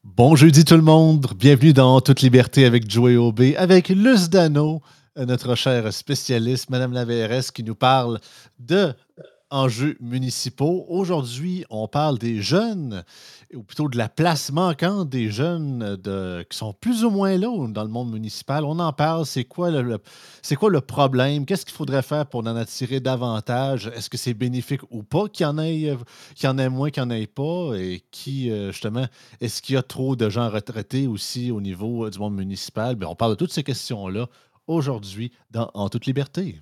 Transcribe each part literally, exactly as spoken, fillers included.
Bon jeudi tout le monde, bienvenue dans Toute liberté avec Joey Aubé, avec Luce Dano, euh, notre cher spécialiste, Madame la V R S, qui nous parle de enjeux municipaux. Aujourd'hui, on parle des jeunes, ou plutôt de la place manquante des jeunes de, qui sont plus ou moins là dans le monde municipal. On en parle, c'est quoi le, le- c'est quoi le problème? Qu'est-ce qu'il faudrait faire pour en attirer davantage? Est-ce que c'est bénéfique ou pas qu'il y en ait, euh, qu'il y en ait moins, qu'il n'y en ait pas? Et qui, euh, justement, est-ce qu'il y a trop de gens retraités aussi au niveau euh, du monde municipal? Bien, on parle de toutes ces questions-là aujourd'hui dans En toute liberté.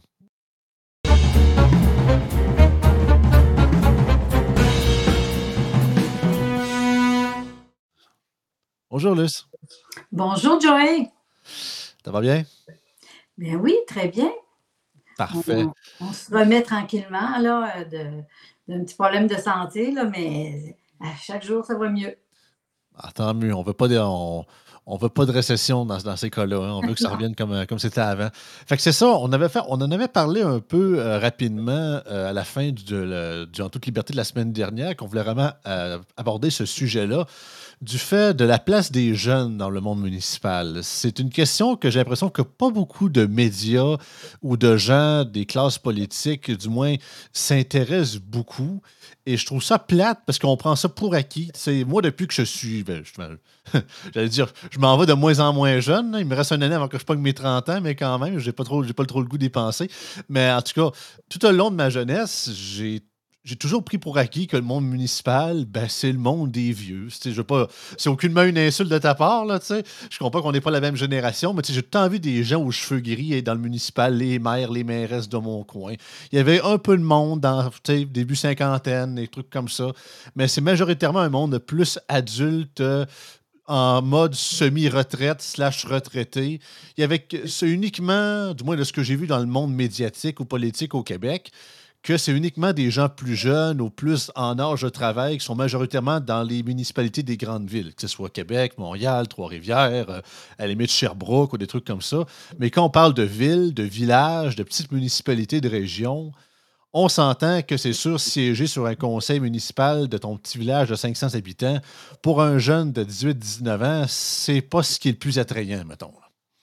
Bonjour, Luce. Bonjour Joey. Ça va bien? Bien oui, très bien. Parfait. On, on se remet tranquillement là, euh, de, d'un petit problème de santé, là, mais à chaque jour, ça va mieux. Ah, tant mieux. On veut pas de, on, on veut pas de récession dans, dans ces cas-là, hein. On veut que ça Non. revienne comme, euh, comme c'était avant. Fait que c'est ça. On avait fait, on en avait parlé un peu euh, rapidement euh, à la fin du, de, le- du En toute liberté de la semaine dernière, qu'on voulait vraiment euh, aborder ce sujet-là, du fait de la place des jeunes dans le monde municipal. C'est une question que j'ai l'impression que pas beaucoup de médias ou de gens des classes politiques, du moins, s'intéressent beaucoup. Et je trouve ça plate parce qu'on prend ça pour acquis. C'est moi, depuis que je suis, ben, je- j'allais dire, je m'en vais de moins en moins jeune, là. Il me reste une année avant que je pogne mes trente ans, mais quand même, j'ai pas trop, j'ai pas trop le goût d'y penser. Mais en tout cas, tout au long de ma jeunesse, j'ai j'ai toujours pris pour acquis que le monde municipal, ben, c'est le monde des vieux. Tu sais, je veux pas, c'est aucunement une insulte de ta part, là, tu sais. Je comprends qu'on n'est pas la même génération, mais tu sais, j'ai tout le temps vu des gens aux cheveux gris et dans le municipal, les maires, les mairesses de mon coin. Il y avait un peu de monde dans, tu sais, début cinquantaine, des trucs comme ça. Mais c'est majoritairement un monde plus adulte, euh, en mode semi-retraite slash retraité. Il y avait que- c'est uniquement, du moins de ce que j'ai vu dans le monde médiatique ou politique au Québec, que c'est uniquement des gens plus jeunes ou plus en âge de travail qui sont majoritairement dans les municipalités des grandes villes, que ce soit Québec, Montréal, Trois-Rivières, euh, à la limite Sherbrooke ou des trucs comme ça. Mais quand on parle de villes, de villages, de petites municipalités de région, on s'entend que c'est sûr, siéger sur un conseil municipal de ton petit village de cinq cents habitants, pour un jeune de dix-huit dix-neuf ans, c'est pas ce qui est le plus attrayant, mettons.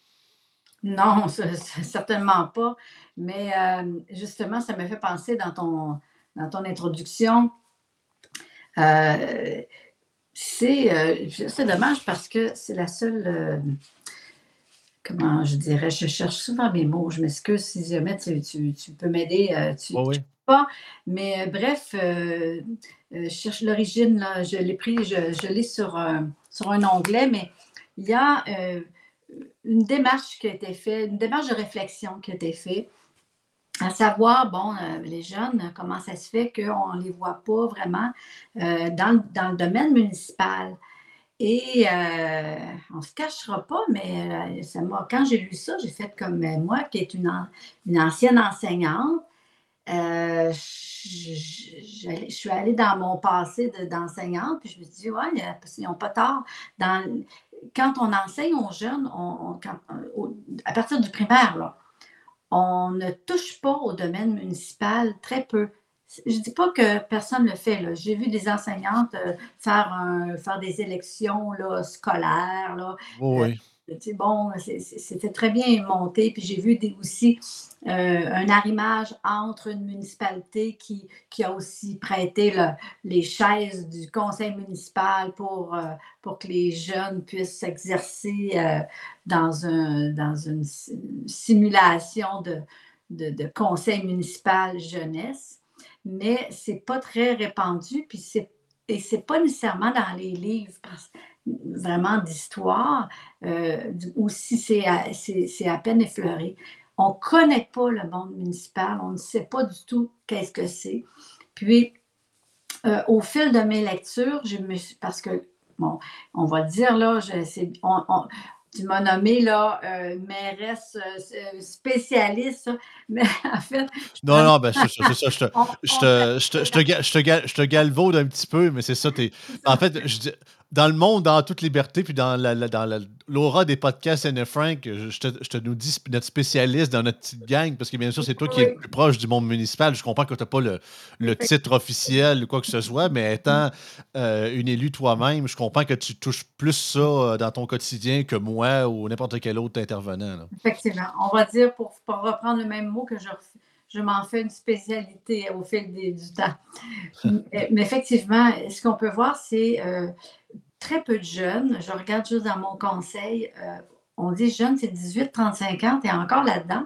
Non, ce- ce- certainement pas. Mais euh, justement, ça me fait penser dans ton, dans ton introduction. euh, c'est, euh, c'est dommage parce que c'est la seule. Euh, comment je dirais, je cherche souvent mes mots. Je m'excuse si jamais tu, tu- tu peux m'aider. Euh, tu, Oui, je sais oui. pas, mais euh, bref, euh, euh, je cherche l'origine, là. Je l'ai pris, je, je l'ai sur un, sur un onglet, mais il y a euh, une démarche qui a été faite, une démarche de réflexion qui a été faite, à savoir, bon, euh, les jeunes, comment ça se fait qu'on ne les voit pas vraiment euh, dans, le- dans le domaine municipal. Et euh, on ne se cachera pas, mais euh, ça m'a, quand j'ai lu ça, j'ai fait comme euh, moi, qui est une, an- une ancienne enseignante. euh, je, je- je suis allée dans mon passé de- d'enseignante, puis je me suis dit, ouais, ils n'ont pas tort. Dans, quand on enseigne aux jeunes, on, on- quand- au- à partir du primaire, là, on ne touche pas au domaine municipal, très peu. Je ne dis pas que personne ne le fait, là. J'ai vu des enseignantes euh, faire, un- faire des élections là, scolaires. Là. Oui, Euh, oui. tu sais, bon, c'est- c'est- c'était très bien monté. Puis j'ai vu des- aussi euh, un arrimage entre une municipalité qui, qui a aussi prêté le- les chaises du conseil municipal pour, euh, pour que les jeunes puissent s'exercer euh, dans, un, dans une simulation de, de, de conseil municipal jeunesse, mais c'est pas très répandu, puis c'est et c'est pas nécessairement dans les livres parce- vraiment d'histoire, euh, ou si c'est à, c'est, c'est à peine effleuré. On ne connaît pas le monde municipal, on ne sait pas du tout qu'est-ce que c'est. Puis, euh, au fil de mes lectures, je me suis, parce que, bon, on va le dire, là, je, c'est, on, on, tu m'as nommé là, euh, mairesse euh, spécialiste, mais en fait, je Non, vraiment, non, ben, c'est ça, c'est ça. Je te, on, je on fait te, je te, je te, ga- je te, ga- je te galvaude un petit peu, mais c'est ça. T'es, c'est en ça. fait, je dis, dans le monde, dans toute liberté, puis dans la, la- dans la- l'aura des podcasts Anne Frank, je je te, je te nous dis sp- notre spécialiste dans notre petite gang, parce que bien sûr, c'est toi qui es le Oui, plus proche du monde municipal. Je comprends que tu n'as pas le, le titre effectivement. officiel ou quoi que ce soit, mais étant euh, une élue toi-même, je comprends que tu touches plus ça euh, dans ton quotidien que moi ou n'importe quel autre intervenant, là. Effectivement. On va dire, pour, pour reprendre le même mot, que je, je m'en fais une spécialité au fil des- du temps. Mais, mais effectivement, ce qu'on peut voir, c'est euh, très peu de jeunes. Je regarde juste dans mon conseil. Euh, on dit jeunes, c'est dix-huit trente-cinq ans. Tu es encore là-dedans.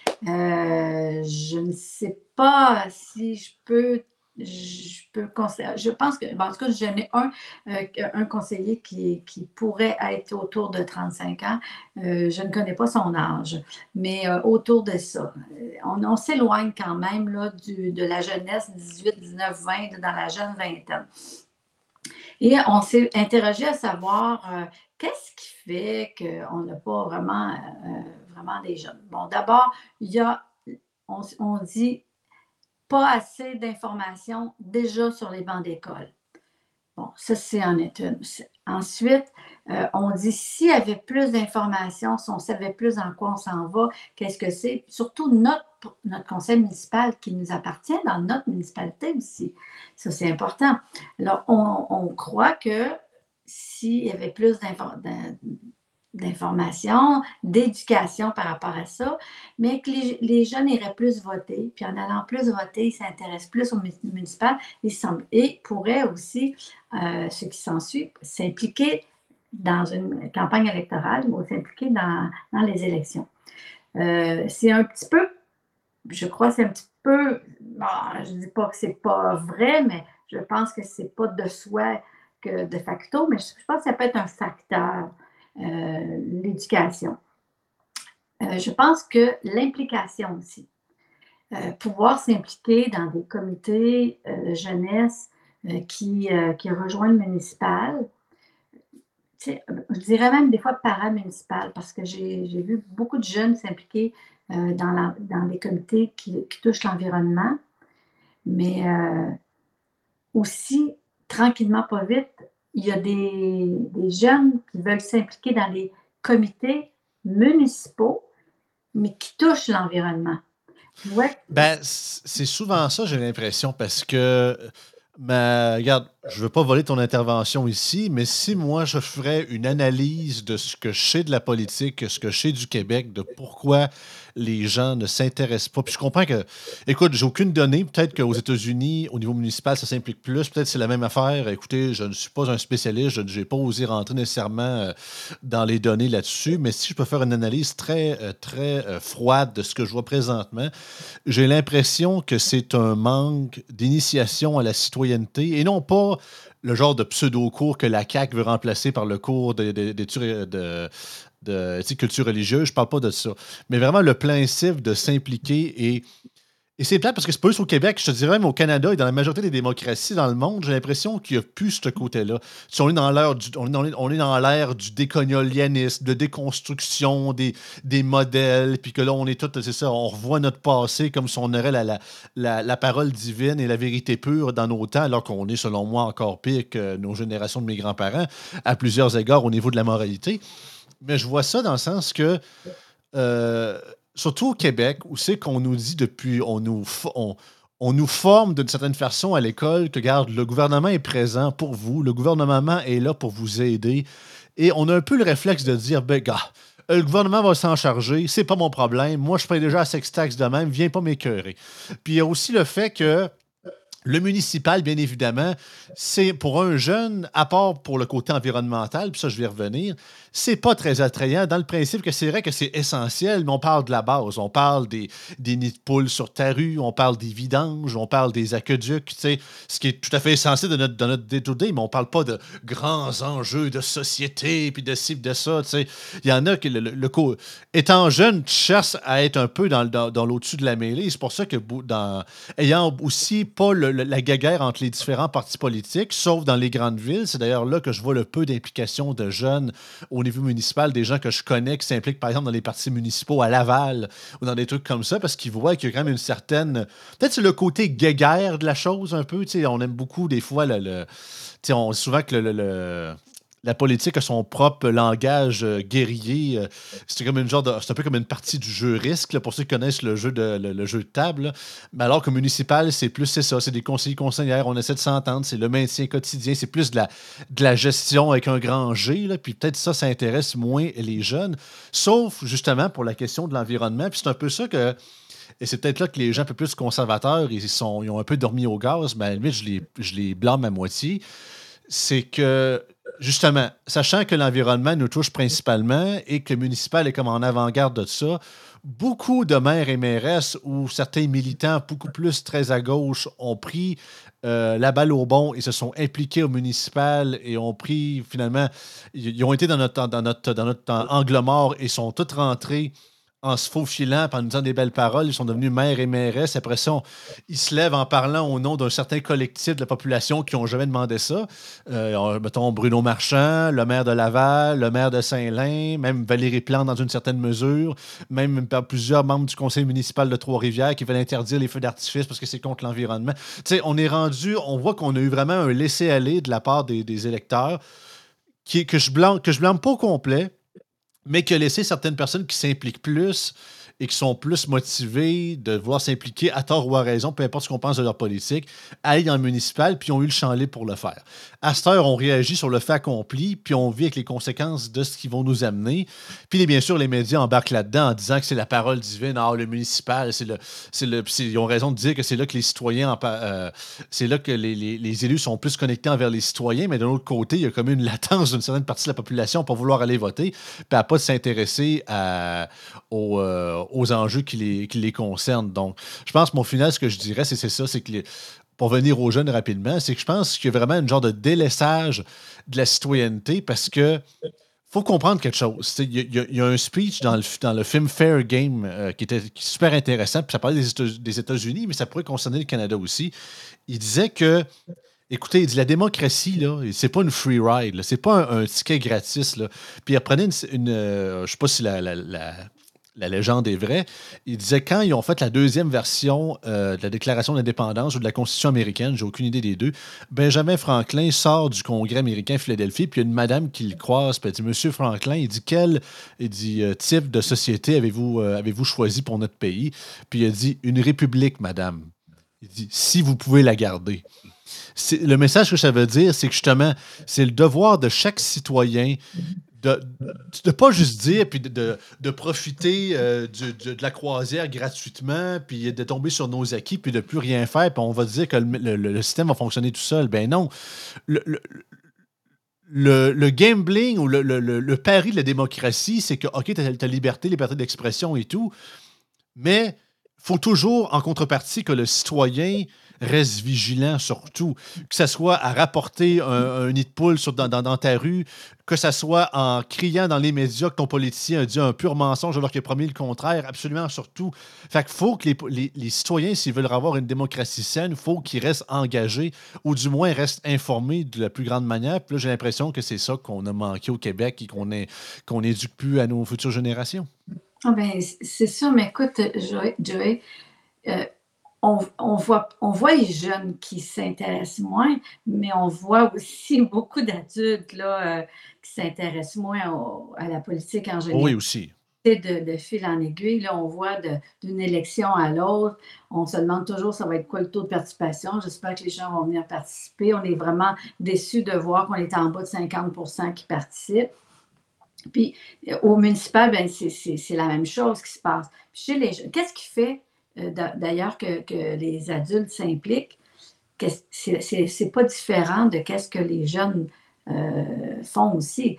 Euh, je ne sais pas si je peux, je peux conseiller. Je pense que, bon, en tout cas, j'en ai un, euh, un conseiller qui, qui pourrait être autour de trente-cinq ans. Euh, je ne connais pas son âge, mais euh, autour de ça. Euh, On, on s'éloigne quand même là, du, de la jeunesse, dix-huit, dix-neuf, vingt, dans la jeune vingtaine. Et on s'est interrogé à savoir euh, qu'est-ce qui fait qu'on n'a pas vraiment, euh, vraiment des jeunes. Bon, d'abord, il y a, on, on dit, pas assez d'informations déjà sur les bancs d'école. Bon, ça, c'est en est une. Ensuite, euh, on dit s'il y avait plus d'informations, si on savait plus en quoi on s'en va, qu'est-ce que c'est, surtout notre, notre conseil municipal qui nous appartient dans notre municipalité aussi. Ça, c'est important. Alors, on, on croit que s'il y avait plus d'informations, d'éducation par rapport à ça, mais que les, les jeunes iraient plus voter, puis en allant plus voter, ils s'intéressent plus au municipal, ils semblent, et pourraient aussi, euh, ce qui s'ensuit, s'impliquer dans une campagne électorale ou s'impliquer dans, dans les élections. Euh, c'est un petit peu, je crois, c'est un petit peu, bon, je ne dis pas que c'est pas vrai, mais je pense que c'est pas de souhait que de facto, mais je pense que ça peut être un facteur, euh, l'éducation. Euh, je pense que l'implication aussi, euh, pouvoir s'impliquer dans des comités euh, de jeunesse euh, qui, euh, qui rejoignent le municipal, tu sais, je dirais même des fois paramunicipal, parce que j'ai j'ai vu beaucoup de jeunes s'impliquer euh, dans, la- dans des comités qui, qui touchent l'environnement, mais euh, aussi, tranquillement, pas vite, il y a des, des jeunes qui veulent s'impliquer dans des comités municipaux, mais qui touchent l'environnement. Ouais, Ben, c- c'est souvent ça, j'ai l'impression, parce que, mais, regarde, je veux pas voler ton intervention ici, mais si moi je ferais une analyse de ce que je sais de la politique, ce que je sais du Québec, de pourquoi les gens ne s'intéressent pas. Puis je comprends que, écoute, j'ai aucune donnée. Peut-être qu'aux États-Unis, au niveau municipal, ça s'implique plus. Peut-être que c'est la même affaire. Écoutez, je ne suis pas un spécialiste, je n'ai pas osé rentrer nécessairement euh, dans les données là-dessus, mais si je peux faire une analyse très, euh, très euh, froide de ce que je vois présentement, j'ai l'impression que c'est un manque d'initiation à la citoyenneté et non pas le genre de pseudo-cours que la C A Q veut remplacer par le cours de, de, d'études- de, de, tu sais, culture religieuse. Je parle pas de ça. Mais vraiment le principe de s'impliquer et et c'est plate parce que c'est pas juste au Québec, je te dirais même au Canada et dans la majorité des démocraties dans le monde, j'ai l'impression qu'il n'y a plus ce côté-là. Si on est dans l'ère du, on est dans, on est dans l'ère du décolonialisme, de déconstruction des, des modèles, puis que là, on est tous, c'est ça, on revoit notre passé comme si on aurait la, la, la, la parole divine et la vérité pure dans nos temps, alors qu'on est, selon moi, encore pire que nos générations de mes grands-parents, à plusieurs égards au niveau de la moralité. Mais je vois ça dans le sens que euh, surtout au Québec, où c'est qu'on nous dit depuis, on nous, fo- on, on nous forme d'une certaine façon à l'école que, regarde, le gouvernement est présent pour vous, le gouvernement est là pour vous aider. Et on a un peu le réflexe de dire, ben, gars, euh, le gouvernement va s'en charger, c'est pas mon problème. Moi, je paye déjà à sex tax de même, viens pas m'écœurer. Puis il y a aussi le fait que le municipal, bien évidemment, c'est pour un jeune, à part pour le côté environnemental, puis ça, je vais y revenir, c'est pas très attrayant dans le principe que c'est vrai que c'est essentiel, mais on parle de la base. On parle des, des nids de poules sur ta rue, on parle des vidanges, on parle des aqueducs, tu sais, ce qui est tout à fait essentiel de notre, de notre day-to-day, mais on parle pas de grands enjeux de société, puis de ci, puis de ça, tu sais. Il y en a qui, le, le, le co- étant jeune, tu cherches à être un peu dans, le- dans, dans l'au-dessus de la mêlée. C'est pour ça que bou- dans, ayant aussi pas le- le- la guéguerre entre les différents partis politiques, sauf dans les grandes villes. C'est d'ailleurs là que je vois le peu d'implication de jeunes au niveau municipal, des gens que je connais qui s'impliquent, par exemple, dans les partis municipaux à Laval ou dans des trucs comme ça, parce qu'ils voient qu'il y a quand même une certaine... Peut-être c'est le côté guéguerre de la chose un peu. Tu sais, on aime beaucoup des fois le... le- tu sais, on souvent que le, le- le- la politique a son propre langage euh, guerrier. euh, C'est comme une genre de, c'est un peu comme une partie du jeu risque, là, pour ceux qui connaissent le jeu de, le, le jeu de table. Là. Mais alors que municipal, c'est plus c'est ça, c'est des conseillers conseillères, on essaie de s'entendre, c'est le maintien quotidien, c'est plus de la, de la gestion avec un grand G. Là, puis peut-être ça, ça intéresse moins les jeunes, sauf justement pour la question de l'environnement. Puis c'est un peu ça que et c'est peut-être là que les gens un peu plus conservateurs, ils, sont, ils ont un peu dormi au gaz, mais à la limite, je les, je les blâme à moitié. C'est que, justement, sachant que l'environnement nous touche principalement et que le municipal est comme en avant-garde de ça, beaucoup de maires et mairesses ou certains militants beaucoup plus très à gauche ont pris euh, la balle au bon et se sont impliqués au municipal et ont pris finalement, ils ils ont été dans notre, dans notre, dans notre angle mort et sont tous rentrés en se faufilant, en nous disant des belles paroles. Ils sont devenus maires et mairesses. Après ça, on- ils se lèvent en parlant au nom d'un certain collectif de la population qui n'ont jamais demandé ça. Euh, mettons Bruno Marchand, le maire de Laval, le maire de Saint-Lin, même Valérie Plante dans une certaine mesure, même par plusieurs membres du conseil municipal de Trois-Rivières qui veulent interdire les feux d'artifice parce que c'est contre l'environnement. Tu sais, on est rendu, on voit qu'on a eu vraiment un laisser-aller de la part des, des électeurs qui, que je blâme, que je blâme pas au complet, mais qui a laissé certaines personnes qui s'impliquent plus et qui sont plus motivées de vouloir s'impliquer à tort ou à raison, peu importe ce qu'on pense de leur politique, aller dans le municipal, puis ont eu le champ libre pour le faire. À cette heure, on réagit sur le fait accompli, puis on vit avec les conséquences de ce qu'ils vont nous amener. Puis bien sûr, les médias embarquent là-dedans en disant que c'est la parole divine. Ah, le municipal, c'est le, c'est le, c'est- ils ont raison de dire que c'est là que les citoyens, en pa- euh, c'est là que les, les- les élus sont plus connectés envers les citoyens, mais de l'autre côté, il y a comme une latence d'une certaine partie de la population pour vouloir aller voter, puis à pas s'intéresser à, aux, euh, aux enjeux qui les, qui les concernent. Donc, je pense, mon final, ce que je dirais, c'est c'est ça, c'est que les- pour venir aux jeunes rapidement, c'est que je pense qu'il y a vraiment une genre de délaissage de la citoyenneté parce que faut comprendre quelque chose. Tu sais, Il y, a il y a- il y a un speech dans le, f- dans le film Fair Game euh, qui était qui est super intéressant, puis ça parlait des États- des États-Unis, mais ça pourrait concerner le Canada aussi. Il disait que, écoutez, il dit la démocratie, là, c'est pas une free ride, là, c'est pas un, un ticket gratis. Là. Puis il reprenait une, une, euh, je sais pas si la, la, la- la légende est vraie. Il disait quand ils ont fait la deuxième version euh, de la Déclaration d'indépendance ou de la Constitution américaine, j'ai aucune idée des deux, Benjamin Franklin sort du Congrès américain à Philadelphie, puis il y a une madame qui le croise, puis elle dit Monsieur Franklin, il dit quel il dit, euh, type de société avez-vous euh, avez-vous choisi pour notre pays? Puis il a dit Une république, madame. Il dit Si vous pouvez la garder. C'est- le message que ça veut dire, c'est que justement, c'est le devoir de chaque citoyen de ne pas juste dire, puis de, de- de profiter euh, du- du- de la croisière gratuitement, puis de tomber sur nos acquis, puis de plus rien faire, puis on va dire que le, le- le- le système va fonctionner tout seul. Ben non. Le, le- le- le gambling ou le, le- le- le pari de la démocratie, c'est que, OK, tu as ta liberté, liberté d'expression et tout, mais il faut toujours, en contrepartie, que le citoyen reste vigilant sur tout. Que ce soit à rapporter un, un nid de poule sur- dans, dans- dans ta rue, que ce soit en criant dans les médias que ton politicien a dit un pur mensonge alors qu'il a promis le contraire, absolument sur tout. Fait qu'il faut que les, les- les citoyens, s'ils veulent avoir une démocratie saine, il faut qu'ils restent engagés ou du moins restent informés de la plus grande manière. Puis là, j'ai l'impression que c'est ça qu'on a manqué au Québec et qu'on est, qu'on n'éduque plus à nos futures générations. Ah ben, c- c'est sûr, mais écoute, Joey, Joey, euh, on, on voit, on voit les jeunes qui s'intéressent moins, mais on voit aussi beaucoup d'adultes là, euh, qui s'intéressent moins au- à la politique en général. Oui, aussi. De, de fil en aiguille, là, on voit de- d'une élection à l'autre, on se demande toujours ça va être quoi le taux de participation. J'espère que les gens vont venir participer. On est vraiment déçus de voir qu'on est en bas de cinquante pour cent qui participent. Puis euh, au municipal, ben, c'est c'est- c'est la même chose qui se passe. Puis chez les jeunes, qu'est-ce qui fait euh, d'a- d'ailleurs que, que les adultes s'impliquent? Qu'est-ce- C'est c'est- c'est pas différent de qu'est-ce que les jeunes euh, font aussi.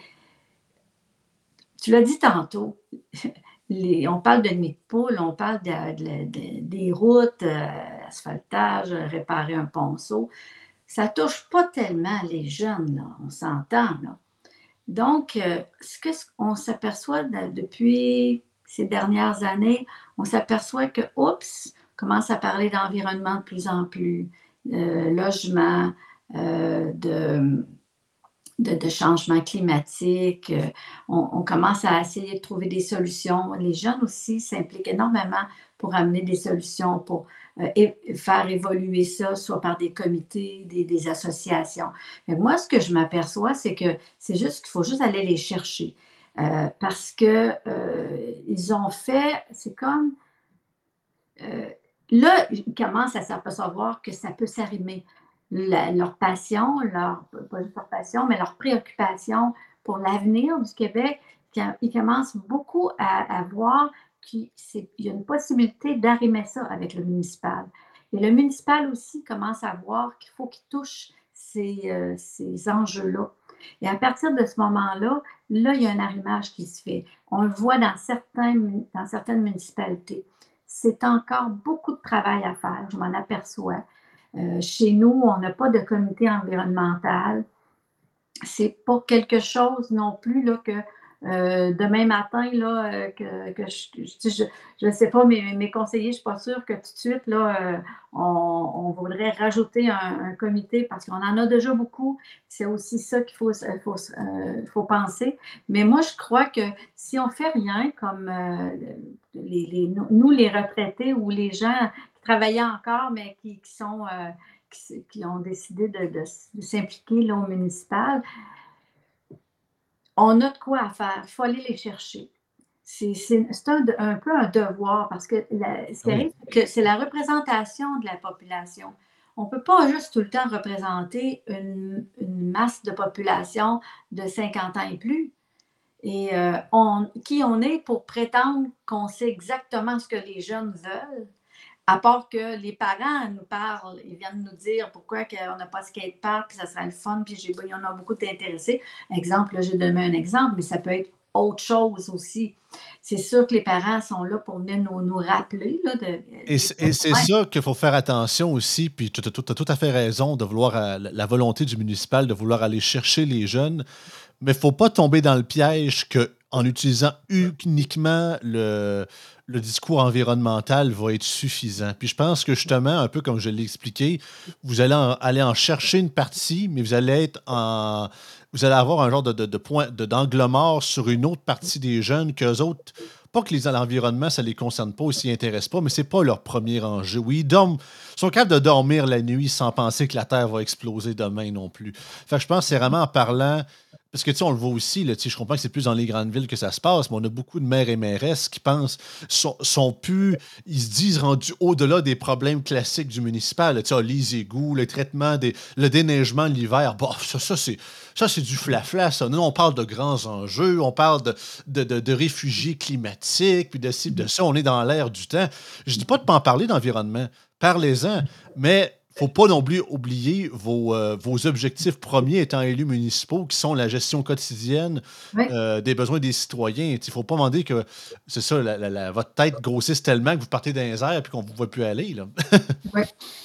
Tu l'as dit tantôt, les- on parle de nid de poule, on parle de- de- de- des routes, euh, asphaltage, réparer un ponceau. Ça touche pas tellement les jeunes, là, on s'entend, là. Donc, euh, ce que ce qu'on s'aperçoit de- depuis ces dernières années, on s'aperçoit que, oups, on commence à parler d'environnement de plus en plus, euh, logement, euh, de, de, de changement climatique. euh, on, on commence à essayer de trouver des solutions. Les jeunes aussi s'impliquent énormément pour amener des solutions, pour euh, é- faire évoluer ça, soit par des comités, des, des associations. Mais moi, ce que je m'aperçois, c'est que c'est juste qu'il faut juste aller les chercher. Euh, parce que euh, ils ont fait, c'est comme euh, là, ils commencent à s'apercevoir que ça peut s'arrimer. La- leur passion, leur, pas juste leur passion, mais leur préoccupation pour l'avenir du Québec, quand- ils commencent beaucoup à, à voir qu'il c'est- il y a une possibilité d'arrimer ça avec le municipal. Et le municipal aussi commence à voir qu'il faut qu'il touche ces, euh, ces enjeux-là. Et à partir de ce moment-là, là, il y a un arrimage qui se fait. On le voit dans, certains, dans certaines municipalités. C'est encore beaucoup de travail à faire, je m'en aperçois. Euh, chez nous, on n'a pas de comité environnemental. C'est pas quelque chose non plus là, que euh, demain matin, là, euh, que, que je ne sais pas, mes, mes conseillers, je ne suis pas sûre que tout de suite, là, euh, on, on voudrait rajouter un, un comité parce qu'on en a déjà beaucoup. C'est aussi ça qu'il faut, faut, euh, faut penser. Mais moi, je crois que si on fait rien, comme euh, les, les, nous, les retraités ou les gens qui travaillaient encore, mais qui, qui sont... Euh, qui, qui ont décidé de, de, de s'impliquer là, au municipal, on a de quoi à faire. Il faut aller les chercher. C'est un, un peu un devoir parce que la, ce qui Oui. arrive, c'est que c'est la représentation de la population. On ne peut pas juste tout le temps représenter une, une masse de population de cinquante ans et plus. Et euh, on, qui on est pour prétendre qu'on sait exactement ce que les jeunes veulent. À part que les parents nous parlent, ils viennent nous dire pourquoi on n'a pas de skatepark, puis ça serait le fun, puis il y en a beaucoup d'intéressés. Exemple, là, j'ai donné un exemple, mais ça peut être autre chose aussi. C'est sûr que les parents sont là pour venir nous, nous rappeler. Là, de, Et des c'est et c'est besoins. ça qu'il faut faire attention aussi, puis tu as tout tout à fait raison de vouloir, heu, la la volonté du municipal de vouloir aller chercher les jeunes. Mais il faut pas tomber dans le piège qu'en utilisant uniquement le le discours environnemental va être suffisant. Puis je pense que justement, un peu comme je l'ai expliqué, vous allez en aller en chercher une partie, mais vous allez être en vous allez avoir un genre de de de point de d'angle mort sur une autre partie des jeunes qu'eux autres, pas que les l'environnement, ça les concerne pas ou s'y intéressent pas, mais c'est pas leur premier enjeu. Oui, ils dorment ils sont capables de dormir la nuit sans penser que la Terre va exploser demain non plus. Fait que je pense que c'est vraiment en parlant parce que, tu sais, on le voit aussi, là, tu sais, je comprends que c'est plus dans les grandes villes que ça se passe, mais on a beaucoup de maires et mairesses qui pensent, sont, sont plus, ils se disent rendus au-delà des problèmes classiques du municipal, là, tu sais, ah, les égouts, le traitement des, le déneigement l'hiver, bah, ça, ça c'est, ça, c'est du flafla, ça. Nous, on parle de grands enjeux, on parle de, de, de- de réfugiés climatiques, puis de ci, de ça, on est dans l'ère du temps. Je dis pas de pas en parler d'environnement, parlez-en, mais faut pas non plus oublier vos, euh, vos objectifs premiers étant élus municipaux, qui sont la gestion quotidienne Oui, euh, des besoins des citoyens. Il ne faut pas demander que c'est ça, la- la- la- votre tête grossisse tellement que vous partez dans les airs et qu'on ne vous voit plus aller. Là. oui.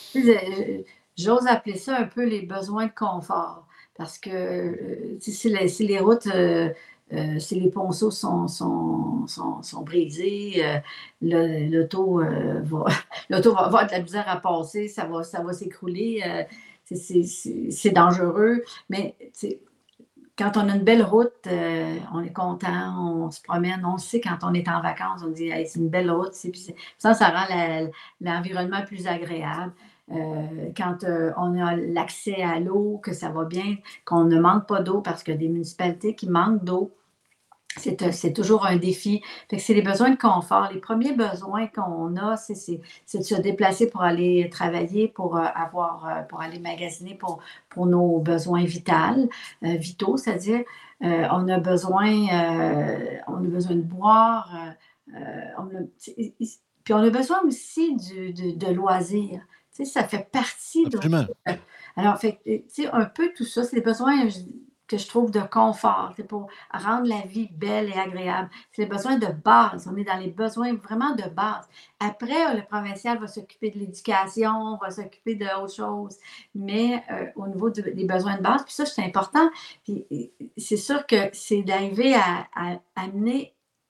Euh, J'ose appeler ça un peu les besoins de confort. Parce que euh, si, si les, si les routes, euh, euh, si les ponceaux sont, sont, sont, sont brisés, euh, le- l'auto euh, va, l'auto va avoir de la misère à passer, ça va, ça va s'écrouler. euh, c'est c'est- c'est- c'est dangereux. Mais tu sais, quand on a une belle route, euh, on est content, on se promène, on sait quand on est en vacances, on dit hey, c'est une belle route. C'est- puis c'est- ça, ça rend la- l'environnement plus agréable. Euh, quand euh, on a l'accès à l'eau, que ça va bien, qu'on ne manque pas d'eau parce qu'il y a des municipalités qui manquent d'eau, c'est, euh, c'est toujours un défi. Fait que c'est les besoins de confort. Les premiers besoins qu'on a, c'est, c'est, c'est de se déplacer pour aller travailler, pour euh, avoir, euh, pour aller magasiner pour, pour nos besoins vitaux, euh, vitaux, c'est-à-dire euh, on a besoin, euh, on a besoin de boire, euh, euh, on a- c'est- puis on a besoin aussi du- de, de loisirs. Tu sais, ça fait partie de. Absolument. Alors, fait, que, tu sais, un peu tout ça, c'est des besoins je- que je trouve de confort. C'est pour rendre la vie belle et agréable. C'est les besoins de base. On est dans les besoins vraiment de base. Après, euh, le provincial va s'occuper de l'éducation, va s'occuper d'autres choses, mais euh, au niveau de- des besoins de base, puis ça, c'est important. Puis euh, c'est sûr que c'est d'arriver à, à amener,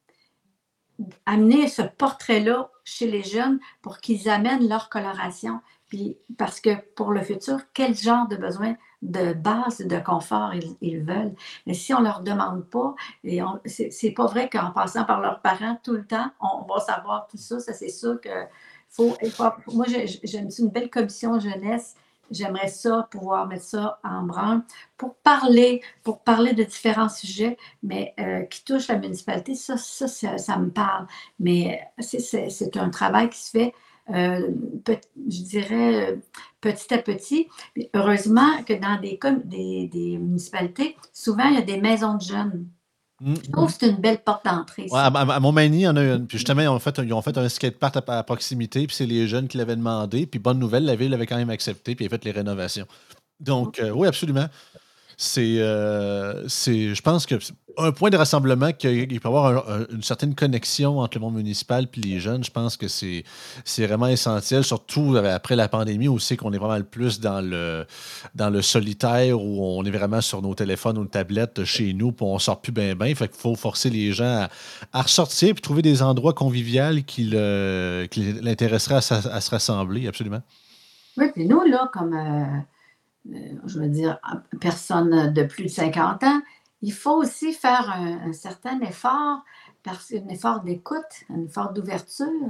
amener ce portrait-là chez les jeunes pour qu'ils amènent leur coloration. Puis parce que pour le futur, quel genre de besoin de base de confort ils ils veulent. Mais si on leur demande pas et on c'est c'est pas vrai qu'en passant par leurs parents tout le temps, on va savoir tout ça. Ça, c'est sûr que faut il faut moi, j'ai j'ai j'ai une une belle commission jeunesse. J'aimerais ça pouvoir mettre ça en branle pour parler pour parler de différents sujets, mais heu, qui touchent la municipalité. Ça ça ça ça me parle. Mais c'est c'est c'est un travail qui se fait, heu, peut je dirais, heu, petit à petit. Puis heureusement que dans des com des des municipalités, souvent, il y a des maisons de jeunes. Mmh. Je trouve que c'est une belle porte d'entrée Ouais, ça. à à à Montmagny, il y en a une. Puis justement, ils ont fait un ils ont fait un skatepark à à proximité, puis c'est les jeunes qui l'avaient demandé. Puis bonne nouvelle, la ville avait quand même accepté, puis elle a fait les rénovations. Donc, heu, oui, absolument. C'est, heu, c'est je pense que c'est un point de rassemblement qu'il il peut y avoir un un une certaine connexion entre le monde municipal puis les jeunes. Je pense que c'est c'est vraiment essentiel, surtout a après la pandémie où c'est qu'on est vraiment le plus dans le dans le solitaire, où on est vraiment sur nos téléphones ou nos tablettes chez nous, puis on sort plus ben ben. Fait qu'il faut forcer les gens à à ressortir puis trouver des endroits conviviaux qui le qui l'intéresseraient à s'a à se rassembler, absolument. Oui, puis nous, là, comme, heu heu, je veux dire, à personnes de plus de cinquante ans, il faut aussi faire un un certain effort, parce un effort d'écoute, un effort d'ouverture.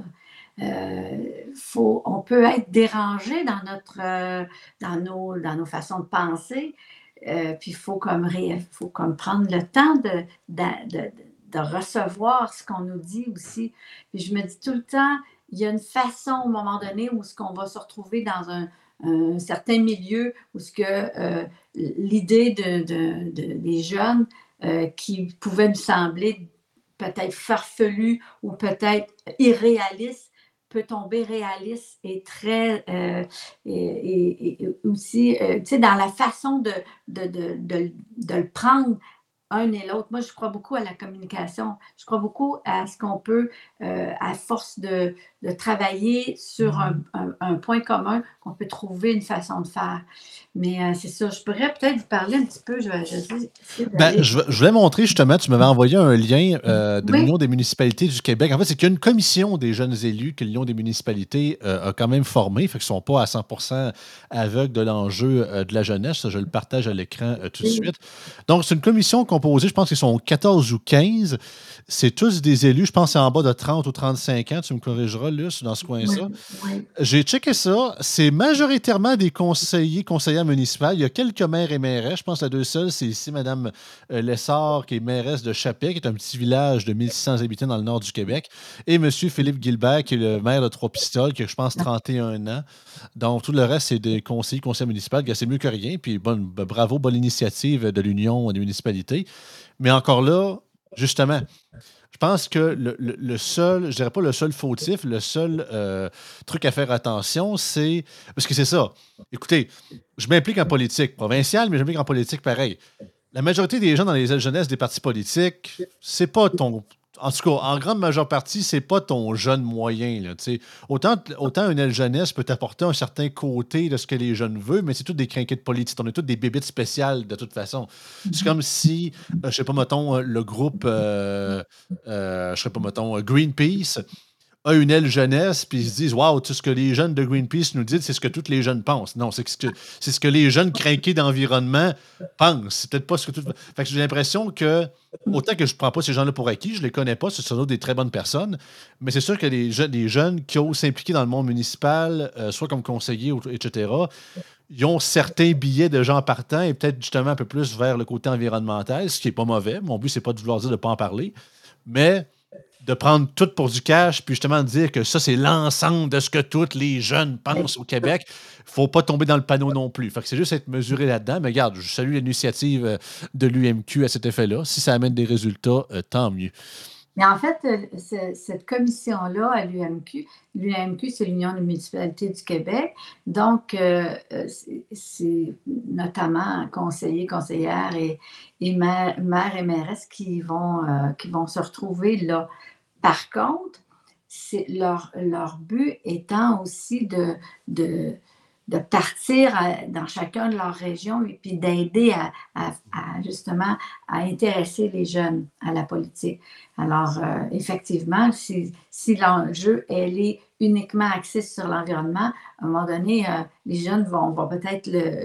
Heu, faut on peut être dérangé dans notre, heu, dans nos dans nos façons de penser, heu, puis il faut comme ré faut comme prendre le temps de d'a de de de recevoir ce qu'on nous dit aussi. Puis je me dis tout le temps, il y a une façon, au moment donné, où ce qu'on va se retrouver dans un un certain milieu où ce que, heu, l l'idée de de de des jeunes, heu, qui pouvaient nous sembler peut-être farfelue ou peut-être irréaliste, peut tomber réaliste et très, heu et et et aussi, heu, tu sais, dans la façon de de de de l de le prendre un et l'autre. Moi, je crois beaucoup à la communication. Je crois beaucoup à ce qu'on peut, heu, à force de de travailler sur un un un point commun, qu'on peut trouver une façon de faire. Mais heu, c'est ça, je pourrais peut-être vous parler un petit peu, je vais je vais essayer Ben, d'aller je v je voulais montrer justement, tu m'avais envoyé un lien, heu, de Oui. l'Union des municipalités du Québec. En fait, c'est qu'il y a une commission des jeunes élus que l'Union des municipalités, heu, a quand même formée, fait qu'ils sont pas à cent pour cent aveugles de l'enjeu, heu, de la jeunesse. Ça, je le partage à l'écran, heu, tout de Oui. suite. Donc c'est une commission composée, je pense qu'ils sont quatorze ou quinze. C'est tous des élus, je pense c'est en bas de trente ou trente-cinq ans, tu me corrigeras, Luce, dans ce Ouais, coin-là. ouais. J'ai checké ça, c'est majoritairement des conseillers, conseillères municipales. Il y a quelques maires et mairesses. Je pense à deux seuls, c'est ici madame, heu, Lessard, qui est mairesse de Chapais, qui est un petit village de mille six cents habitants dans le nord du Québec, et monsieur Philippe Guilbert, qui est le maire de Trois-Pistoles, qui a, je pense, Ah. trente et un ans. Donc tout le reste, c'est des conseillers, conseillères municipales. Gars, c'est mieux que rien, puis bonne b bravo, bonne initiative de l'Union des municipalités. Mais encore là, justement, je pense que le le le seul, je dirais pas le seul fautif, le seul, heu, truc à faire attention, c'est parce que c'est ça. Écoutez, je m'implique en politique provinciale, mais je m'implique en politique pareil. La majorité des gens dans les ailes jeunesse des partis politiques, c'est pas ton en tout cas, en grande majeure partie, c'est pas ton jeune moyen, là, tu sais. Autant t autant une aile jeunesse peut t'apporter un certain côté de ce que les jeunes veulent, mais c'est tous des crinqués de politique. On est tous des bébites spéciales de toute façon. Mmh C'est mh. comme si, heu, je sais pas, mettons, heu, le groupe, heu heu, je sais pas, mettons, heu, Greenpeace a une aile jeunesse, puis ils se disent: «Waouh, tout ce que les jeunes de Greenpeace nous disent, c'est ce que toutes les jeunes pensent». Non, c'est que ce que c'est ce que les jeunes crinqués d'environnement pensent. C'est peut-être pas ce que tout fait que j'ai l'impression que, autant que je prends pas ces gens-là pour acquis, je les connais pas, ce sont des très bonnes personnes, mais c'est sûr que les jeunes les jeunes qui osent s'impliquer dans le monde municipal, heu, soit comme conseillers ou et cetera, ils ont certains billets de gens partants et peut-être justement un peu plus vers le côté environnemental, ce qui est pas mauvais. Mon but, c'est pas de vouloir dire de pas en parler, mais de prendre tout pour du cash, puis justement de dire que ça, c'est l'ensemble de ce que toutes les jeunes pensent au Québec. Faut pas tomber dans le panneau non plus. Fait que c'est juste être mesuré là-dedans. Mais regarde, je salue l'initiative, heu, de l'U M Q à cet effet-là. Si ça amène des résultats, heu, tant mieux. Mais en fait, heu, ce cette commission-là à l'U M Q, l'U M Q, c'est l'Union des municipalités du Québec. Donc, heu heu, c'est c'est notamment conseillers, conseillères et et maires maires et mairesses qui vont, heu, qui vont se retrouver là. Par contre, c'est leur leur but étant aussi de de de partir, heu, dans chacun de leurs régions et puis d'aider à à à justement à intéresser les jeunes à la politique. Alors, heu, effectivement, si si l'enjeu, elle est uniquement axée sur l'environnement, à un moment donné, heu, les jeunes vont vont peut-être le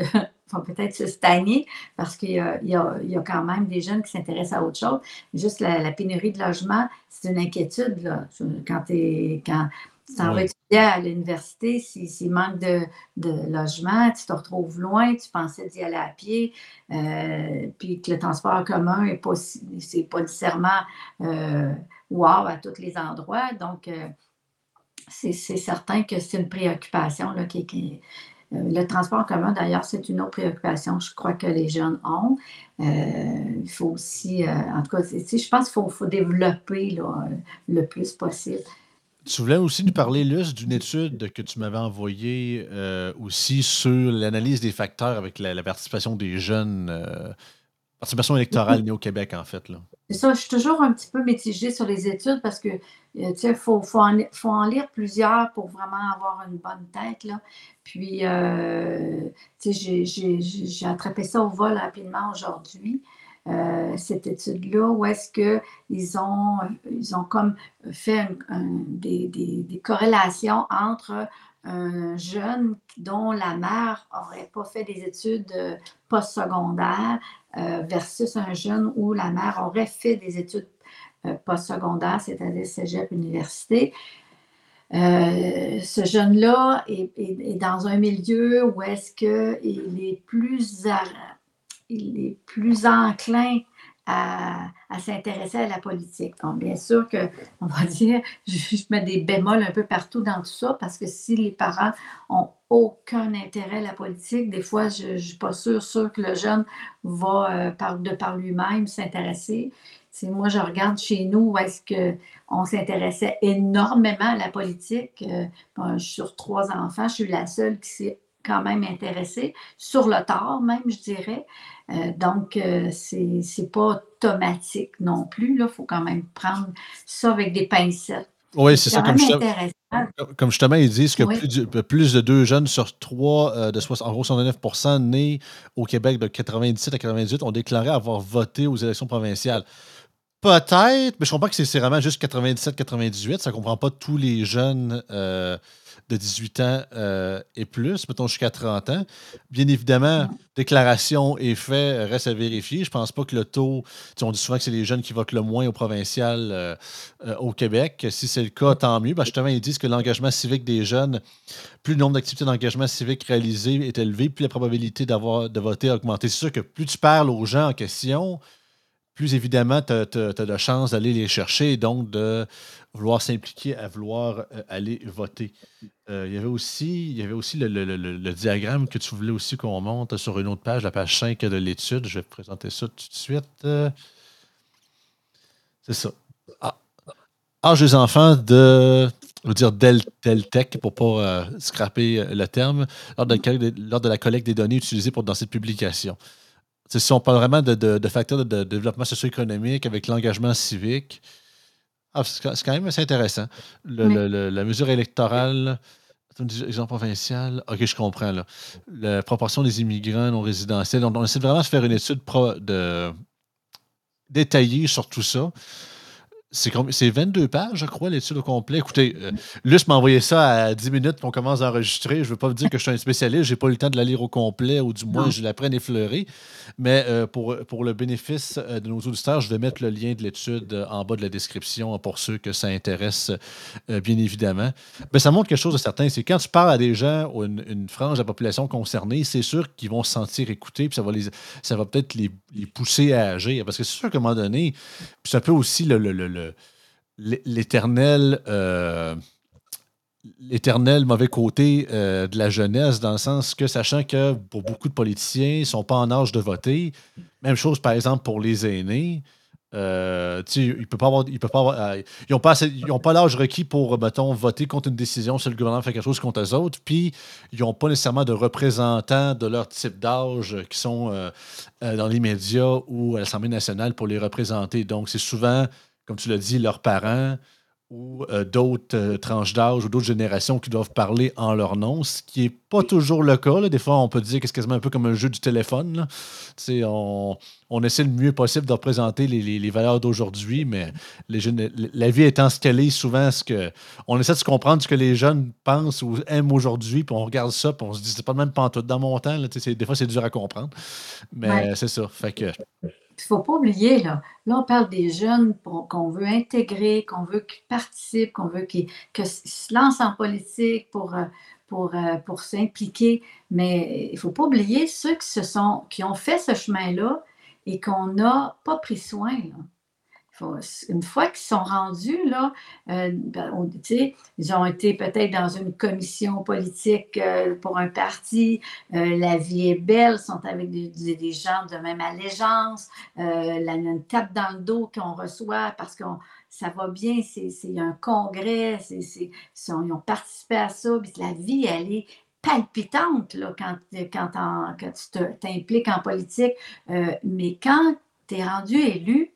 vont peut-être se stagner parce qu'il y a, il y a- il y a quand même des jeunes qui s'intéressent à autre chose. Juste la, la pénurie de logement, c'est une inquiétude, là. Quand, t'es- quand tu t'en vas Oui. étudier à l'université, si- s'il manque de, de logement, tu te retrouves loin, tu pensais d'y aller à pied, euh, puis que le transport en commun est pas, si- c'est pas nécessairement euh, wow à tous les endroits. Donc, euh, c'est c'est certain que c'est une préoccupation là, qui, qui- euh, le transport en commun, d'ailleurs, c'est une autre préoccupation, je crois, que les jeunes ont. Euh, il faut aussi, euh, en tout cas, tu sais, je pense qu'il faut, faut développer là, euh, le plus possible. Tu voulais aussi nous parler, Luce, d'une étude que tu m'avais envoyée euh, aussi sur l'analyse des facteurs avec la, la participation des jeunes, euh, participation électorale née au Québec, en fait, là. C'est ça, je suis toujours un petit peu mitigée sur les études parce que, euh, tu sais, il faut, faut, en, faut en lire plusieurs pour vraiment avoir une bonne tête, là. Puis, euh, tu sais, j'ai, j'ai, j'ai j'ai attrapé ça au vol rapidement aujourd'hui, euh, cette étude-là, où est-ce qu'ils ont, ils ont comme fait un- un- des, des- des corrélations entre un jeune dont la mère n'aurait pas fait des études euh, postsecondaires euh, versus un jeune où la mère aurait fait des études euh, postsecondaires, c'est-à-dire cégep, université. Euh, ce jeune-là est, est- est dans un milieu où est-ce qu'il est plus, à- il est plus enclin à, à s'intéresser à la politique. Donc, bien sûr que, on va dire, je, je mets des bémols un peu partout dans tout ça, parce que si les parents ont aucun intérêt à la politique, des fois, je ne suis pas sûre, sûre que le jeune va, euh, par, de par lui-même, s'intéresser. C'est moi, je regarde chez nous où est-ce qu'on s'intéressait énormément à la politique. Euh, bon, sur trois enfants, je suis la seule qui s'est quand même intéressée, sur le tard même, je dirais. Euh, donc, euh, c'est c'est pas automatique non plus. Il faut quand même prendre ça avec des pincettes. Oui, Mais c'est c'est ça, quand comme, même justement, intéressant. comme justement, ils disent que Oui, plus, du- plus de deux jeunes sur trois, euh, de soixante en gros soixante-neuf pour cent nés au Québec de quatre-vingt-dix-sept à quatre-vingt-dix-huit, ont déclaré avoir voté aux élections provinciales. Peut-être, mais je comprends que c'est c'est vraiment juste quatre-vingt-dix-sept quatre-vingt-dix-huit. Ça ne comprend pas tous les jeunes euh, de dix-huit ans euh, et plus, mettons jusqu'à trente ans. Bien évidemment, déclaration et fait euh, reste à vérifier. Je pense pas que le taux, tu sais, on dit souvent que c'est les jeunes qui votent le moins au provincial euh, euh, au Québec. Si c'est le cas, tant mieux. Ben, justement, ils disent que l'engagement civique des jeunes, plus le nombre d'activités d'engagement civique réalisées est élevé, plus la probabilité d'avoir de voter a augmenté. C'est sûr que plus tu parles aux gens en question, plus évidemment, tu as, de chances d'aller les chercher et donc de vouloir s'impliquer, à vouloir euh, aller voter. Euh, il y avait aussi, il y avait aussi le, le- le- le- le diagramme que tu voulais aussi qu'on monte sur une autre page, la page cinq de l'étude. Je vais te présenter ça tout de suite. Euh, c'est ça. Ah, âge des enfants de, je veux dire, Del, Deltec, pour ne pas euh, scraper euh, le terme, lors de, la- lors de la collecte des données utilisées pour, dans cette publication. C'est si on parle vraiment de, de- de facteurs de, de développement socio-économique avec l'engagement civique, ah, c'est quand c'est quand même assez intéressant. Le- oui. le- le- la mesure électorale, attends, dis- exemple provincial, ok, je comprends là. La proportion des immigrants non résidentiels. On, on essaie vraiment de faire une étude pro- de, détaillée sur tout ça. C'est com- c'est vingt-deux pages, je crois, l'étude au complet. Écoutez, euh, Luce m'a envoyé ça à dix minutes qu'on commence à enregistrer. Je ne veux pas vous dire que je suis un spécialiste, j'ai pas eu le temps de la lire au complet, ou du moins, Non. je la prenne effleurée. Mais euh, pour, pour le bénéfice euh, de nos auditeurs, je vais mettre le lien de l'étude euh, en bas de la description euh, pour ceux que ça intéresse, euh, bien évidemment. Ben, ça montre quelque chose de certain, c'est quand tu parles à des gens ou une, une frange de la population concernée, c'est sûr qu'ils vont se sentir écoutés, puis ça va, les, ça va peut-être les, les pousser à agir. Parce que c'est sûr qu'à un moment donné, puis c'est un peu aussi le, le- le- le- l'é- l'éternel euh, l'éternel mauvais côté euh, de la jeunesse, dans le sens que, sachant que pour beaucoup de politiciens, ils ne sont pas en âge de voter. Même chose, par exemple, pour les aînés. Euh, tu sais, ils ne peuvent pas avoir. Ils peuvent pas avoir, euh, ils n'ont pas, assez- ils ont pas l'âge requis pour, mettons, voter contre une décision si le gouvernement fait quelque chose contre eux autres. Puis, ils n'ont pas nécessairement de représentants de leur type d'âge qui sont euh, euh, dans les médias ou à l'Assemblée nationale pour les représenter. Donc, c'est souvent, comme tu l'as dit, leurs parents ou euh, d'autres euh, tranches d'âge ou d'autres générations qui doivent parler en leur nom, ce qui n'est pas toujours le cas, là. Des fois, on peut dire que c'est quasiment un peu comme un jeu du téléphone, là. Tu sais, on, on essaie le mieux possible de représenter les, les- les valeurs d'aujourd'hui, mais les jeunes- la vie étant ce qu'elle est, souvent, ce que, on essaie de se comprendre ce que les jeunes pensent ou aiment aujourd'hui, puis on regarde ça, puis on se dit, c'est pas de même pantoute. Dans mon temps, là, tu sais, c'est- des fois, c'est dur à comprendre, Ouais. mais c'est ça. Fait que, Il ne faut pas oublier, là, là, on parle des jeunes pour- qu'on veut intégrer, qu'on veut qu'ils participent, qu'on veut qu'ils que s- se lancent en politique pour, euh, pour, euh, pour s'impliquer. Mais il ne faut pas oublier ceux qui, se sont, qui ont fait ce chemin-là et qu'on n'a pas pris soin, là. Faut- une fois qu'ils sont rendus, là, euh, ben, on- tu sais, ils ont été peut-être dans une commission politique euh, pour un parti, euh, la vie est belle, sont avec des, des- des gens de même allégeance, euh, la, une tape dans le dos qu'on reçoit parce que ça va bien, c'est c'est un congrès, c'est, c'est- ils, sont- ils ont participé à ça, puis la vie, elle est palpitante là, quand, quand, en- quand tu te- t'impliques en politique. Euh, mais quand tu es rendu élu,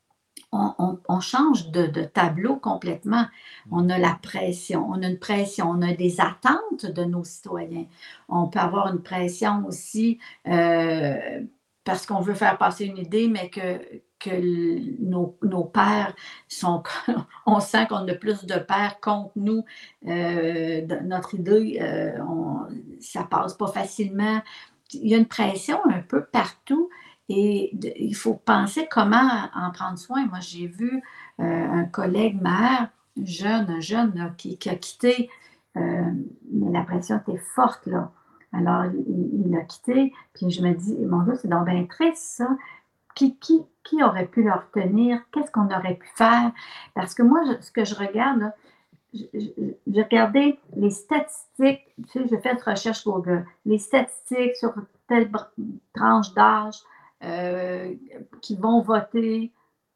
on, on- on change de, de tableau complètement. On a la pression, on a une pression, on a des attentes de nos citoyens. On peut avoir une pression aussi euh, parce qu'on veut faire passer une idée, mais que, que l- nos, nos pères sont. On sent qu'on a plus de pères contre nous. Euh, de- notre idée, euh, on- ça passe pas facilement. Il y a une pression un peu partout. Et de- il faut penser comment en prendre soin. Moi, j'ai vu euh, un collègue maire, jeune, un jeune là, qui, qui a quitté, euh, mais la pression était forte, là. Alors, il, il a quitté, puis je me dis, mon Dieu, c'est donc bien triste, ça. Qui, qui, qui aurait pu le retenir? Qu'est-ce qu'on aurait pu faire? Parce que moi, je- ce que je regarde, là, je- je- j'ai regardé les statistiques, tu sais, j'ai fait une recherche Google, les statistiques sur telle br- tranche d'âge euh, qui vont voter.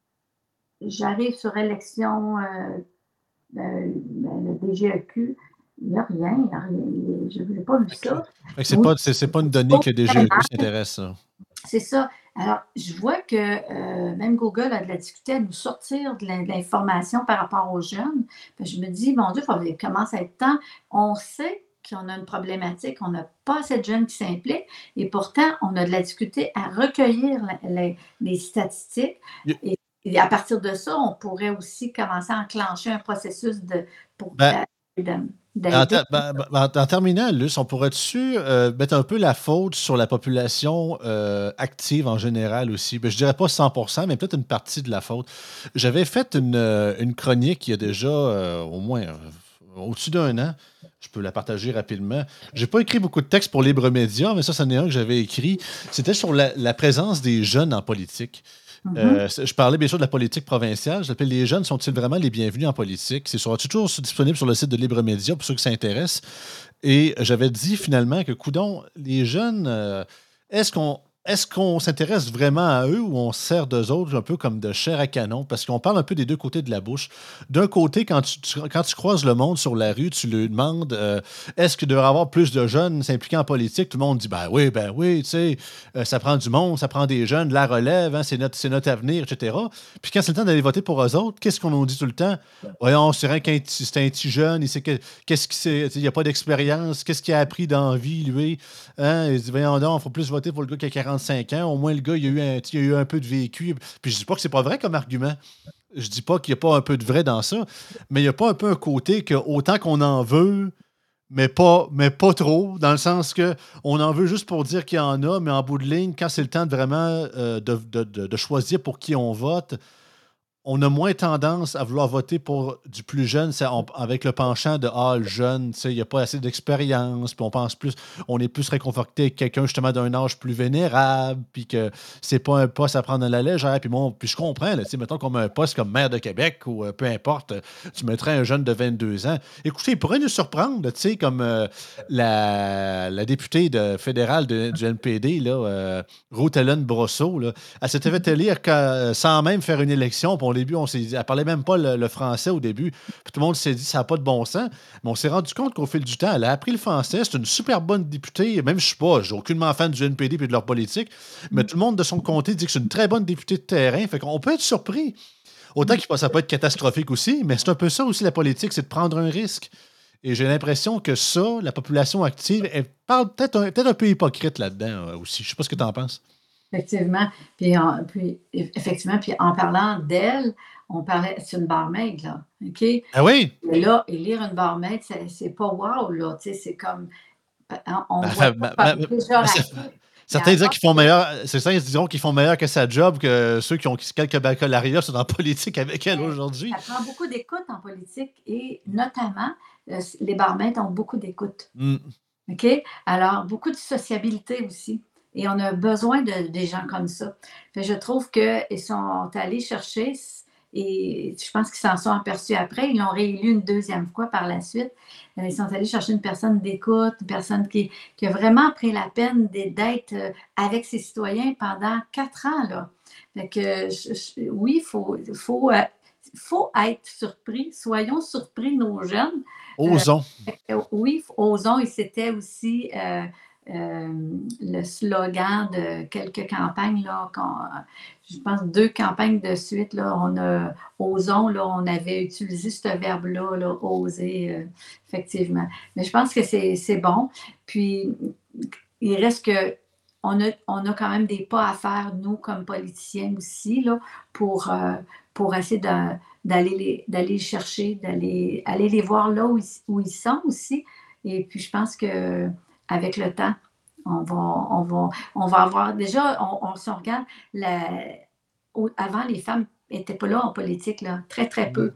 J'arrive sur élection, euh, euh, le D G E Q, il n'y a rien, il y a rien, je n'ai pas vu fait que- ça. fait que c'est Oui, pas, c'est, c'est pas une donnée que le D G E Q s'intéresse, ça. c'est ça. Alors, je vois que euh, même Google a de la difficulté à nous sortir de l'information par rapport aux jeunes. Puis je me dis, mon Dieu, il commence à être temps. On sait qu'on a une problématique, on n'a pas assez de jeunes qui s'impliquent, et pourtant, on a de la difficulté à recueillir la- la- les statistiques. Y- Et, et à partir de ça, on pourrait aussi commencer à enclencher un processus de, pour Ben, En, d'aider. ter- ben, ben, en- en terminant, Luce, on pourrait-tu euh, mettre un peu la faute sur la population euh, active en général aussi? Ben, je dirais pas cent pour cent, mais peut-être une partie de la faute. J'avais fait une, euh, une chronique il y a déjà euh, au moins euh, au-dessus d'un an. Je peux la partager rapidement. J'ai pas écrit beaucoup de textes pour Libre Média, mais ça, c'en est un que j'avais écrit. C'était sur la, la présence des jeunes en politique. Mhm. Euh, je parlais bien sûr de la politique provinciale. Je l'appelle les jeunes sont-ils vraiment les bienvenus en politique? C'est sur- toujours disponible sur le site de Libre Média pour ceux qui s'intéressent. Et j'avais dit finalement que, coudon, les jeunes, euh, est-ce qu'on est-ce qu'on s'intéresse vraiment à eux ou on se sert d'eux autres un peu comme de chair à canon? Parce qu'on parle un peu des deux côtés de la bouche. D'un côté, quand tu, tu- quand tu croises le monde sur la rue, tu lui demandes euh, est-ce qu'il devrait y avoir plus de jeunes s'impliquant en politique? Tout le monde dit ben oui, ben oui, tu sais, euh, ça prend du monde, ça prend des jeunes, de la relève, hein, c'est notre, c'est notre avenir, et cetera. Puis quand c'est le temps d'aller voter pour eux autres, qu'est-ce qu'on nous dit tout le temps? Voyons, c'est rien qu'un petit- c'est un petit jeune, il sait que, qu'est-ce qu'il sait, il n'y a pas d'expérience, qu'est-ce qu'il a appris dans la vie, lui? Hein? Il dit, voyons donc, il faut plus voter pour le gars qui a quarante-cinq ans. Au moins, le gars, il a eu un, il a eu un peu de vécu. Puis je dis pas que c'est pas vrai comme argument. Je dis pas qu'il n'y a pas un peu de vrai dans ça, mais il n'y a pas un peu un côté que autant qu'on en veut, mais pas, mais pas trop, dans le sens que on en veut juste pour dire qu'il y en a, mais en bout de ligne, quand c'est le temps de vraiment euh, de, de- de- de choisir pour qui on vote, on a moins tendance à vouloir voter pour du plus jeune, c'est on- avec le penchant de ah, le jeune, tu sais, il n'y a pas assez d'expérience, puis on pense plus, on est plus réconforté avec quelqu'un justement d'un âge plus vénérable, puis que c'est pas un poste à prendre à la légère, puis bon, puis je comprends, là, tu sais, mettons comme un poste comme maire de Québec ou euh, peu importe, euh, tu mettrais un jeune de vingt-deux ans. Écoutez, il pourrait nous surprendre, tu sais, comme euh, la, la députée de, fédérale de- du N P D, là, euh, Ruth Ellen Brosseau, là, elle s'était fait élire quand- sans même faire une élection. Puis au début, on s'est dit, elle parlait même pas le, le français au début. Puis tout le monde s'est dit, ça n'a pas de bon sens. Mais on s'est rendu compte qu'au fil du temps, elle a appris le français. C'est une super bonne députée. Même je ne suis pas, je suis aucunement fan du N P D et de leur politique. Mais tout le monde de son comté dit que c'est une très bonne députée de terrain. Fait qu'on peut être surpris. Autant que ça peut être catastrophique aussi, mais c'est un peu ça aussi la politique, c'est de prendre un risque. Et j'ai l'impression que ça, la population active, elle parle peut-être un, peut-être un peu hypocrite là-dedans euh, aussi. Je sais pas ce que tu en penses. Effectivement. Puis, en, puis eff- effectivement, puis en parlant d'elle, on parlait, c'est une barmaid, là, OK? Et Ah oui? là, élire une barmaid, c'est c'est pas wow, là, tu sais, c'est comme, on on Ben, voit enfin, ça ben, ben, comme ben, ben, ça- péjoratif, mais certains diront alors qu'ils font meilleur. Certains diront qu'ils font meilleur que sa job que ceux qui ont quelques baccalauréats sont en politique avec elle que aujourd'hui. ça prend beaucoup d'écoute en politique et notamment, euh, les barmaids ont beaucoup d'écoute. Mm. OK? Alors, beaucoup de sociabilité aussi. Et on a besoin de, des gens comme ça. Fait je trouve qu'ils sont allés chercher, et je pense qu'ils s'en sont aperçus après, ils l'ont réélu une deuxième fois par la suite. Euh, Ils sont allés chercher une personne d'écoute, une personne qui, qui a vraiment pris la peine d'être euh, avec ses citoyens pendant quatre ans. Là. Fait que, je- je- oui, il faut, faut, euh, faut être surpris. Soyons surpris, nos jeunes. Euh, Osons. euh, Oui, osons, et c'était aussi euh, euh, le slogan de quelques campagnes, là, quand, je pense deux campagnes de suite, là, on a, osons, là, on avait utilisé ce verbe-là, là, oser, euh, effectivement. Mais je pense que c'est c'est bon. Puis, il reste que, on a, on a quand même des pas à faire, nous, comme politiciens aussi, là, pour, euh, pour essayer de d'aller les, d'aller les chercher, d'aller aller les voir là où ils, où ils sont aussi. Et puis, je pense que avec le temps, on va, on va, on va avoir. Déjà, on, on se regarde, la- au- avant, les femmes n'étaient pas là en politique, là, très, très peu.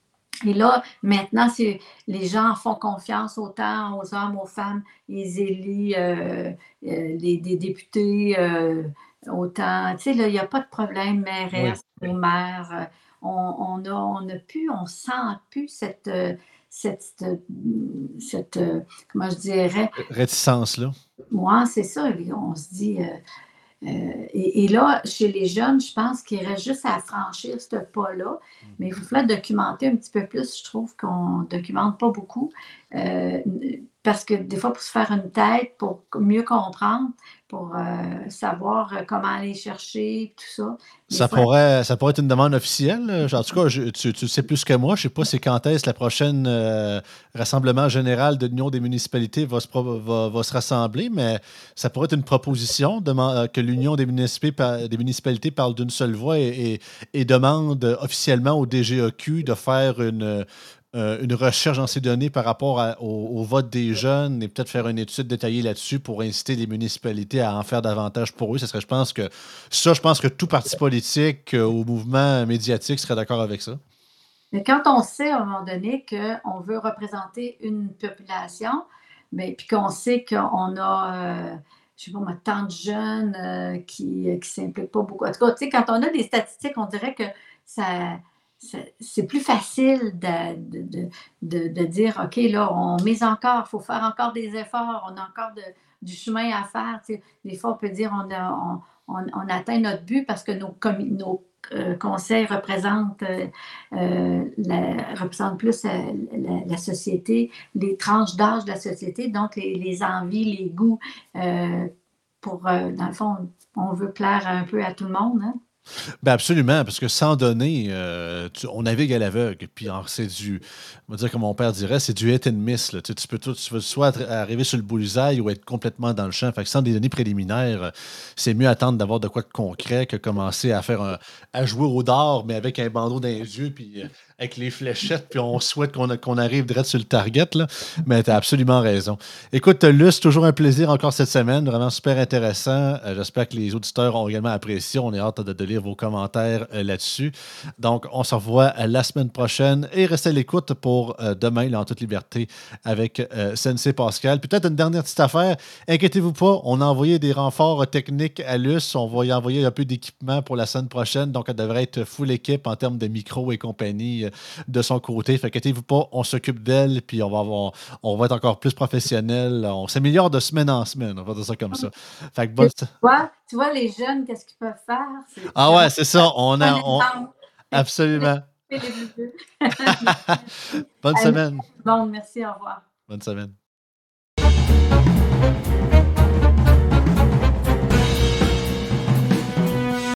Et là, maintenant, c'est, les gens font confiance autant aux hommes, aux femmes, ils élient euh, euh, des, des députés, euh, autant. Tu sais, là, il n'y a pas de problème, Oui. mairesse ou maire. euh, On, on a, on a pu, on sent plus cette, euh, cette, cette, cette, euh, comment je dirais, Réticence-là. moi, c'est ça, on se dit, euh, euh, et, et là, chez les jeunes, je pense qu'il reste juste à franchir ce pas-là. Mais il faut falloir documenter un petit peu plus. Je trouve qu'on ne documente pas beaucoup. Euh, Parce que des fois, pour se faire une tête, pour mieux comprendre, pour euh, savoir euh, comment aller chercher, tout ça, des Ça fois, pourrait, ça pourrait être une demande officielle. là. En tout cas, je- tu, tu le sais plus que moi. Je sais pas c'est quand est-ce la prochaine euh, rassemblement général de l'Union des municipalités va se, pro- va, va se rassembler, mais ça pourrait être une proposition deman- euh, que l'Union des municipalités, par- des municipalités parle d'une seule voix et, et- et demande officiellement au D G E Q de faire une, euh, une recherche dans ces données par rapport à- au, au vote des jeunes et peut-être faire une étude détaillée là-dessus pour inciter les municipalités à en faire davantage pour eux. Ça serait, je pense que ça, je pense que tout parti politique euh, ou mouvement médiatique serait d'accord avec ça. mais quand on sait à un moment donné qu'on veut représenter une population, ben, puis qu'on sait qu'on a, euh, je sais pas moi, tant de jeunes euh, qui ne s'impliquent pas beaucoup. En tout cas, tu sais, quand on a des statistiques, on dirait que ça, ça- c'est plus facile de, de, de, de- de dire, OK, là, on mise encore, il faut faire encore des efforts, on a encore de- du chemin à faire. Tu sais. Des fois, on peut dire on a, on, on- on atteint notre but parce que nos, commi- nos euh, conseils représentent euh, euh, la- représente plus euh, la, la société, les tranches d'âge de la société, donc les, les envies, les goûts. euh, pour, euh, dans le fond, on veut plaire un peu à tout le monde. Hein? Ben absolument, parce que sans données, euh, tu- on navigue à l'aveugle. Puis alors, c'est du, on va dire comme mon père dirait, c'est du hit and miss. Là. Tu, sais, tu peux tout, tu veux soit être- arriver sur le bullseye ou être complètement dans le champ. Fait que sans des données préliminaires, euh, c'est mieux attendre d'avoir de quoi de concret que commencer à faire un, à jouer au dard, mais avec un bandeau dans les yeux, puis euh, avec les fléchettes, puis on souhaite qu'on a- qu'on arrive direct sur le target. Là. Mais tu as absolument raison. Écoute, Luce, toujours un plaisir encore cette semaine. Vraiment super intéressant. Euh, J'espère que les auditeurs ont également apprécié. On est hâte de, de lire vos commentaires euh, là-dessus. Donc, on se revoit euh, la semaine prochaine et restez à l'écoute pour euh, demain, là, en toute liberté, avec euh, Sensei Pascal. Peut-être une dernière petite affaire. Inquiétez-vous pas, on a envoyé des renforts techniques à Luce. On va y envoyer un peu d'équipement pour la semaine prochaine. Donc, elle devrait être full équipe en termes de micro et compagnie euh, de son côté. Fait inquiétez-vous pas, on s'occupe d'elle, puis on va avoir, on va être encore plus professionnel. On s'améliore de semaine en semaine, on va dire ça comme ça. Fait que bonne... Tu vois, tu vois, les jeunes, qu'est-ce qu'ils peuvent faire? C'est Ah c'est ouais, vraiment c'est ça. On un a, on... exemple. Fait que Absolument. les, les, les, Bonne Merci semaine. tout le monde. Merci, au revoir. Bonne semaine.